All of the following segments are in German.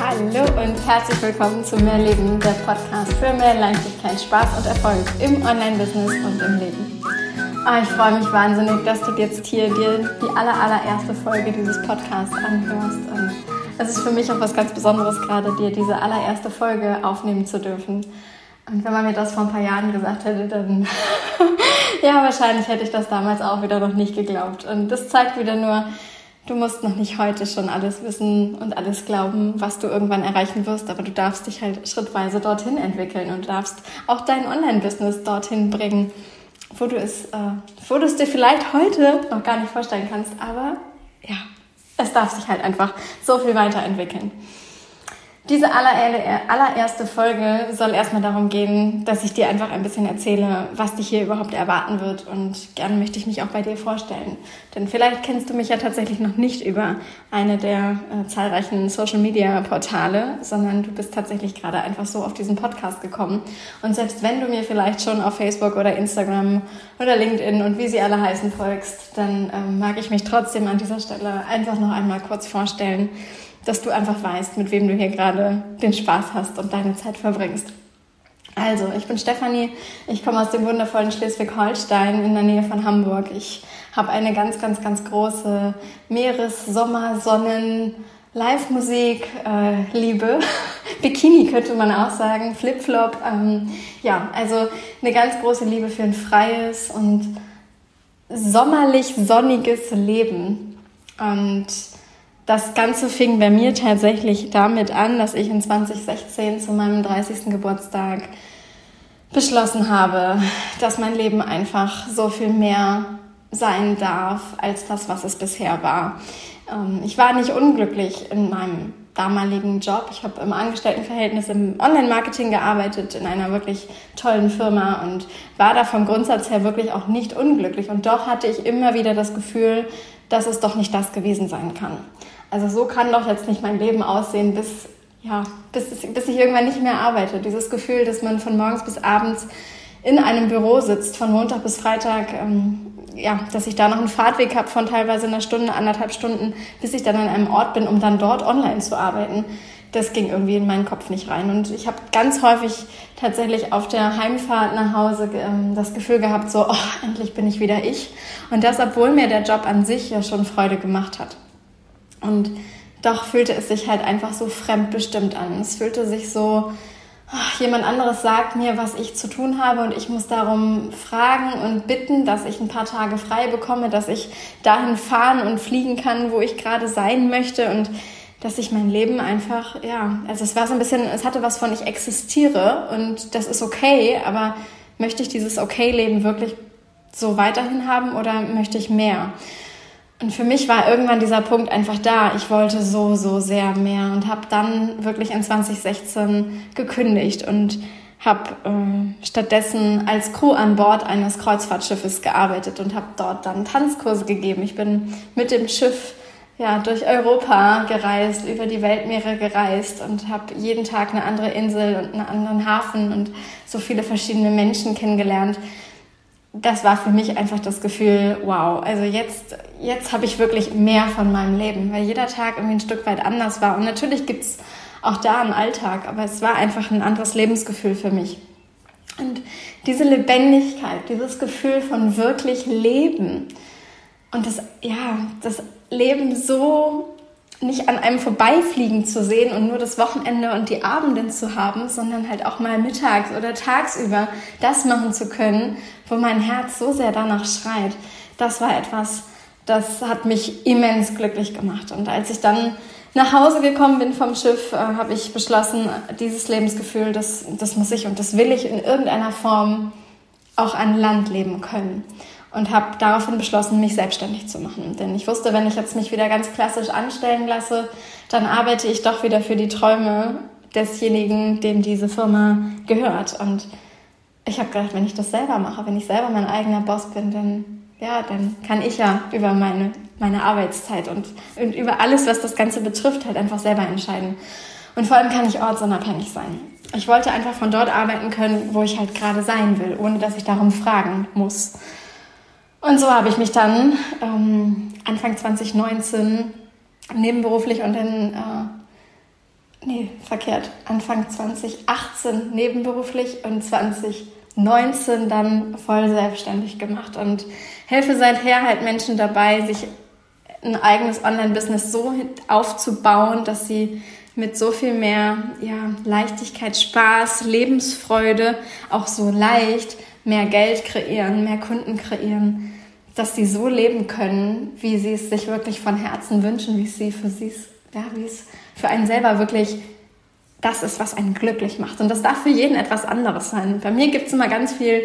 Hallo und herzlich willkommen zu Mehr Leben, der Podcast für mehr Leichtigkeit, Spaß und Erfolg im Online-Business und im Leben. Ich freue mich wahnsinnig, dass du jetzt hier dir die allererste Folge dieses Podcasts anhörst. Und es ist für mich auch was ganz Besonderes, gerade dir diese allererste Folge aufnehmen zu dürfen. Und wenn man mir das vor ein paar Jahren gesagt hätte, dann ja, wahrscheinlich hätte ich das damals auch wieder noch nicht geglaubt. Und das zeigt wieder nur, du musst noch nicht heute schon alles wissen und alles glauben, was du irgendwann erreichen wirst, aber du darfst dich halt schrittweise dorthin entwickeln und darfst auch dein Online-Business dorthin bringen, wo du es dir vielleicht heute noch gar nicht vorstellen kannst, aber ja, es darf sich halt einfach so viel weiterentwickeln. Diese allererste Folge soll erstmal darum gehen, dass ich dir einfach ein bisschen erzähle, was dich hier überhaupt erwarten wird, und gerne möchte ich mich auch bei dir vorstellen. Denn vielleicht kennst du mich ja tatsächlich noch nicht über eine der zahlreichen Social-Media-Portale, sondern du bist tatsächlich gerade einfach so auf diesen Podcast gekommen. Und selbst wenn du mir vielleicht schon auf Facebook oder Instagram oder LinkedIn und wie sie alle heißen folgst, dann mag ich mich trotzdem an dieser Stelle einfach noch einmal kurz vorstellen, dass du einfach weißt, mit wem du hier gerade den Spaß hast und deine Zeit verbringst. Also, ich bin Stefanie, ich komme aus dem wundervollen Schleswig-Holstein in der Nähe von Hamburg. Ich habe eine ganz große Meeres-, Sonnen-, Live-Musik, Liebe. Bikini könnte man auch sagen, Flip-Flop. Also eine ganz große Liebe für ein freies und sommerlich sonniges Leben. Und das Ganze fing bei mir tatsächlich damit an, dass ich in 2016 zu meinem 30. Geburtstag beschlossen habe, dass mein Leben einfach so viel mehr sein darf als das, was es bisher war. Ich war nicht unglücklich in meinem damaligen Job. Ich habe im Angestelltenverhältnis im Online-Marketing gearbeitet, in einer wirklich tollen Firma, und war da vom Grundsatz her wirklich auch nicht unglücklich. Und doch hatte ich immer wieder das Gefühl, dass es doch nicht das gewesen sein kann. Also so kann doch jetzt nicht mein Leben aussehen, bis ich irgendwann nicht mehr arbeite. Dieses Gefühl, dass man von morgens bis abends in einem Büro sitzt, von Montag bis Freitag, dass ich da noch einen Fahrtweg habe von teilweise einer Stunde, 1,5 Stunden, bis ich dann an einem Ort bin, um dann dort online zu arbeiten. Das ging irgendwie in meinen Kopf nicht rein. Und ich habe ganz häufig tatsächlich auf der Heimfahrt nach Hause das Gefühl gehabt, so, endlich bin ich wieder ich. Und das, obwohl mir der Job an sich ja schon Freude gemacht hat. Und doch fühlte es sich halt einfach so fremdbestimmt an. Es fühlte sich so, jemand anderes sagt mir, was ich zu tun habe, und ich muss darum fragen und bitten, dass ich ein paar Tage frei bekomme, dass ich dahin fahren und fliegen kann, wo ich gerade sein möchte, und dass ich mein Leben einfach, es war so ein bisschen, es hatte was von, ich existiere und das ist okay, aber möchte ich dieses Okay-Leben wirklich so weiterhin haben oder möchte ich mehr? Und für mich war irgendwann dieser Punkt einfach da. Ich wollte so sehr mehr und habe dann wirklich in 2016 gekündigt und habe stattdessen als Crew an Bord eines Kreuzfahrtschiffes gearbeitet und habe dort dann Tanzkurse gegeben. Ich bin mit dem Schiff durch Europa gereist, über die Weltmeere gereist und habe jeden Tag eine andere Insel und einen anderen Hafen und so viele verschiedene Menschen kennengelernt. Das war für mich einfach das Gefühl, wow, also jetzt habe ich wirklich mehr von meinem Leben, weil jeder Tag irgendwie ein Stück weit anders war. Und natürlich gibt's auch da einen Alltag, aber es war einfach ein anderes Lebensgefühl für mich. Und diese Lebendigkeit, dieses Gefühl von wirklich Leben und das Leben so nicht an einem vorbeifliegen zu sehen und nur das Wochenende und die Abende zu haben, sondern halt auch mal mittags oder tagsüber das machen zu können, wo mein Herz so sehr danach schreit. Das war etwas, das hat mich immens glücklich gemacht. Und als ich dann nach Hause gekommen bin vom Schiff, habe ich beschlossen, dieses Lebensgefühl, das muss ich und das will ich in irgendeiner Form auch an Land leben können. Und habe daraufhin beschlossen, mich selbstständig zu machen. Denn ich wusste, wenn ich jetzt mich wieder ganz klassisch anstellen lasse, dann arbeite ich doch wieder für die Träume desjenigen, dem diese Firma gehört. Und ich habe gedacht, wenn ich das selber mache, wenn ich selber mein eigener Boss bin, dann kann ich ja über meine Arbeitszeit und über alles, was das Ganze betrifft, halt einfach selber entscheiden. Und vor allem kann ich ortsunabhängig sein. Ich wollte einfach von dort arbeiten können, wo ich halt gerade sein will, ohne dass ich darum fragen muss. Und so habe ich mich dann Anfang 2019 nebenberuflich und Anfang 2018 nebenberuflich und 2019 dann voll selbstständig gemacht und helfe seither halt Menschen dabei, sich ein eigenes Online-Business so aufzubauen, dass sie mit so viel mehr Leichtigkeit, Spaß, Lebensfreude, auch so leicht mehr Geld kreieren, mehr Kunden kreieren, dass sie so leben können, wie sie es sich wirklich von Herzen wünschen, wie es für einen selber wirklich das ist, was einen glücklich macht. Und das darf für jeden etwas anderes sein. Bei mir gibt es immer ganz viel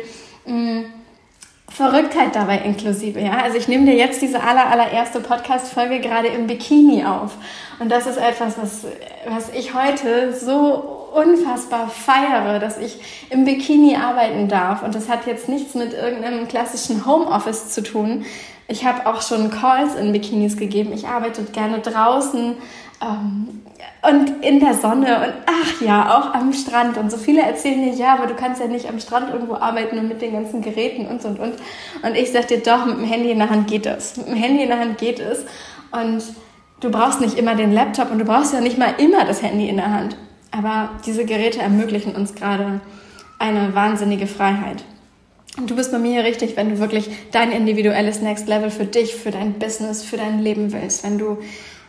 Verrücktheit dabei inklusive. Ja? Also ich nehme dir jetzt diese allererste Podcast-Folge gerade im Bikini auf. Und das ist etwas, was ich heute so unfassbar feiere, dass ich im Bikini arbeiten darf. Und das hat jetzt nichts mit irgendeinem klassischen Homeoffice zu tun. Ich habe auch schon Calls in Bikinis gegeben. Ich arbeite gerne draußen und in der Sonne und auch am Strand. Und so viele erzählen mir, ja, aber du kannst ja nicht am Strand irgendwo arbeiten und mit den ganzen Geräten und. Und ich sage dir, doch, mit dem Handy in der Hand geht es. Mit dem Handy in der Hand geht es. Und du brauchst nicht immer den Laptop und du brauchst ja nicht mal immer das Handy in der Hand. Aber diese Geräte ermöglichen uns gerade eine wahnsinnige Freiheit. Und du bist bei mir hier richtig, wenn du wirklich dein individuelles Next Level für dich, für dein Business, für dein Leben willst. Wenn du,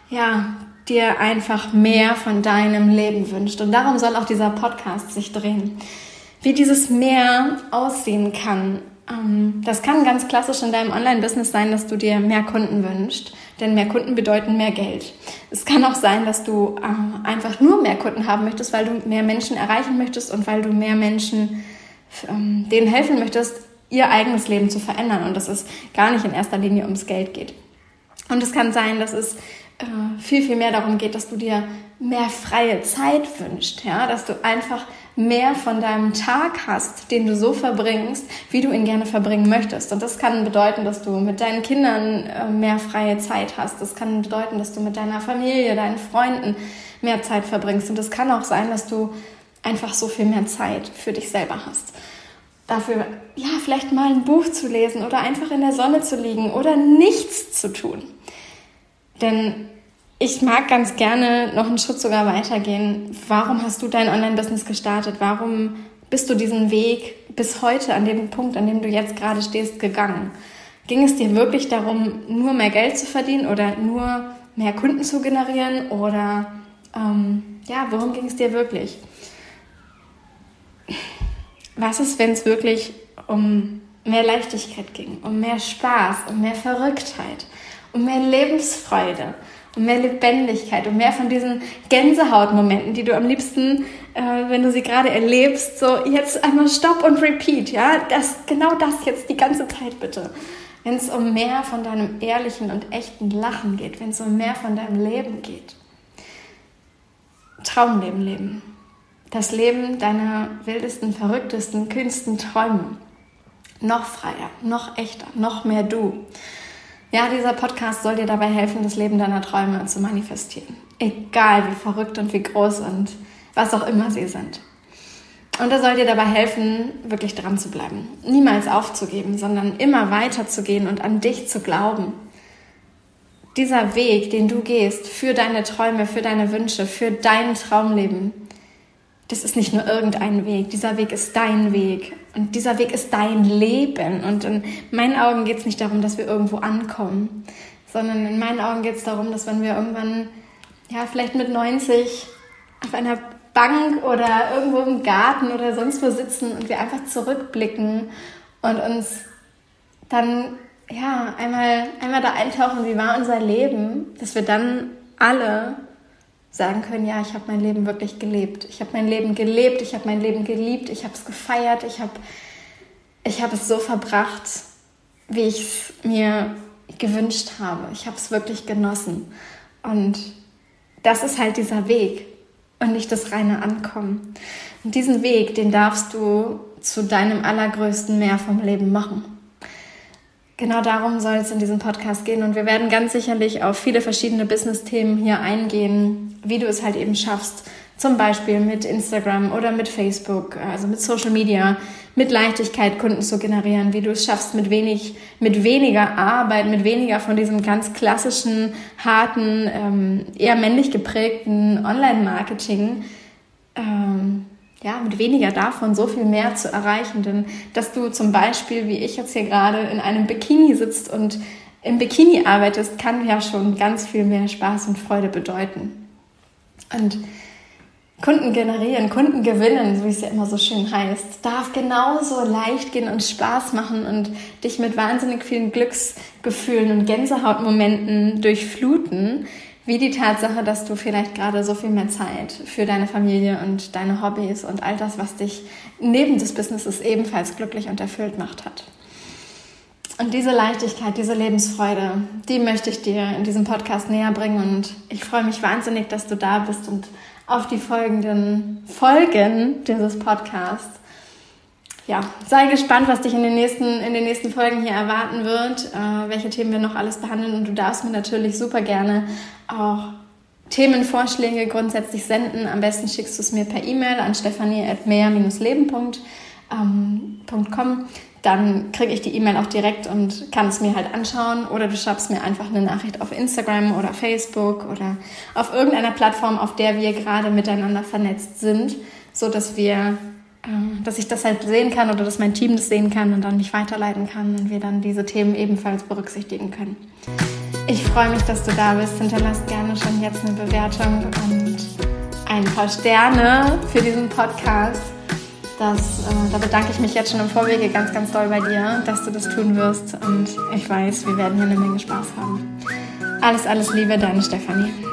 dir einfach mehr von deinem Leben wünscht. Und darum soll auch dieser Podcast sich drehen. Wie dieses Mehr aussehen kann, das kann ganz klassisch in deinem Online-Business sein, dass du dir mehr Kunden wünschst. Denn mehr Kunden bedeuten mehr Geld. Es kann auch sein, dass du einfach nur mehr Kunden haben möchtest, weil du mehr Menschen erreichen möchtest und weil du mehr Menschen denen helfen möchtest, ihr eigenes Leben zu verändern und dass es gar nicht in erster Linie ums Geld geht. Und es kann sein, dass es viel mehr darum geht, dass du dir mehr freie Zeit wünschst, dass du einfach mehr von deinem Tag hast, den du so verbringst, wie du ihn gerne verbringen möchtest. Und das kann bedeuten, dass du mit deinen Kindern mehr freie Zeit hast. Das kann bedeuten, dass du mit deiner Familie, deinen Freunden mehr Zeit verbringst. Und das kann auch sein, dass du einfach so viel mehr Zeit für dich selber hast. Dafür, vielleicht mal ein Buch zu lesen oder einfach in der Sonne zu liegen oder nichts zu tun. Denn ich mag ganz gerne noch einen Schritt sogar weitergehen. Warum hast du dein Online-Business gestartet? Warum bist du diesen Weg bis heute an dem Punkt, an dem du jetzt gerade stehst, gegangen? Ging es dir wirklich darum, nur mehr Geld zu verdienen oder nur mehr Kunden zu generieren? Oder worum ging es dir wirklich? Was ist, wenn es wirklich um mehr Leichtigkeit ging, um mehr Spaß, um mehr Verrücktheit, um mehr Lebensfreude, um mehr Lebendigkeit, um mehr von diesen Gänsehautmomenten, die du am liebsten, wenn du sie gerade erlebst, so jetzt einmal Stop und Repeat, genau das jetzt die ganze Zeit bitte. Wenn es um mehr von deinem ehrlichen und echten Lachen geht, wenn es um mehr von deinem Leben geht. Traumleben leben. Das Leben deiner wildesten, verrücktesten, kühnsten Träume. Noch freier, noch echter, noch mehr du. Ja, dieser Podcast soll dir dabei helfen, das Leben deiner Träume zu manifestieren. Egal wie verrückt und wie groß und was auch immer sie sind. Und er soll dir dabei helfen, wirklich dran zu bleiben. Niemals aufzugeben, sondern immer weiterzugehen und an dich zu glauben. Dieser Weg, den du gehst für deine Träume, für deine Wünsche, für dein Traumleben, das ist nicht nur irgendein Weg. Dieser Weg ist dein Weg. Und dieser Weg ist dein Leben. Und in meinen Augen geht es nicht darum, dass wir irgendwo ankommen, sondern in meinen Augen geht es darum, dass wenn wir irgendwann, vielleicht mit 90 auf einer Bank oder irgendwo im Garten oder sonst wo sitzen und wir einfach zurückblicken und uns dann, einmal da eintauchen, wie war unser Leben, dass wir dann alle sagen können, ich habe mein Leben wirklich gelebt. Ich habe mein Leben gelebt, ich habe mein Leben geliebt, ich habe es gefeiert, ich habe es so verbracht, wie ich es mir gewünscht habe. Ich habe es wirklich genossen. Und das ist halt dieser Weg und nicht das reine Ankommen. Und diesen Weg, den darfst du zu deinem allergrößten Mehr vom Leben machen. genau darum soll es in diesem Podcast gehen. Und wir werden ganz sicherlich auf viele verschiedene Business-Themen hier eingehen, wie du es halt eben schaffst, zum Beispiel mit Instagram oder mit Facebook, also mit Social Media, mit Leichtigkeit Kunden zu generieren, wie du es schaffst, mit weniger Arbeit, mit weniger von diesem ganz klassischen, harten, eher männlich geprägten Online-Marketing, mit weniger davon so viel mehr zu erreichen. Denn dass du zum Beispiel, wie ich jetzt hier gerade, in einem Bikini sitzt und im Bikini arbeitest, kann ja schon ganz viel mehr Spaß und Freude bedeuten. Und Kunden generieren, Kunden gewinnen, so wie es ja immer so schön heißt, darf genauso leicht gehen und Spaß machen und dich mit wahnsinnig vielen Glücksgefühlen und Gänsehautmomenten durchfluten, wie die Tatsache, dass du vielleicht gerade so viel mehr Zeit für deine Familie und deine Hobbys und all das, was dich neben des Businesses ebenfalls glücklich und erfüllt macht, hat. Und diese Leichtigkeit, diese Lebensfreude, die möchte ich dir in diesem Podcast näher bringen und ich freue mich wahnsinnig, dass du da bist und auf die folgenden Folgen dieses Podcasts. Ja, sei gespannt, was dich in den nächsten Folgen hier erwarten wird, welche Themen wir noch alles behandeln und du darfst mir natürlich super gerne auch Themenvorschläge grundsätzlich senden. Am besten schickst du es mir per E-Mail an stephanie@mehr-leben.com. Dann kriege ich die E-Mail auch direkt und kann es mir halt anschauen oder du schreibst mir einfach eine Nachricht auf Instagram oder Facebook oder auf irgendeiner Plattform, auf der wir gerade miteinander vernetzt sind, so dass ich das halt sehen kann oder dass mein Team das sehen kann und dann mich weiterleiten kann und wir dann diese Themen ebenfalls berücksichtigen können. Ich freue mich, dass du da bist. Hinterlass gerne schon jetzt eine Bewertung und ein paar Sterne für diesen Podcast. Da bedanke ich mich jetzt schon im Vorwege ganz, ganz doll bei dir, dass du das tun wirst. Und ich weiß, wir werden hier eine Menge Spaß haben. Alles, alles Liebe, deine Stefanie.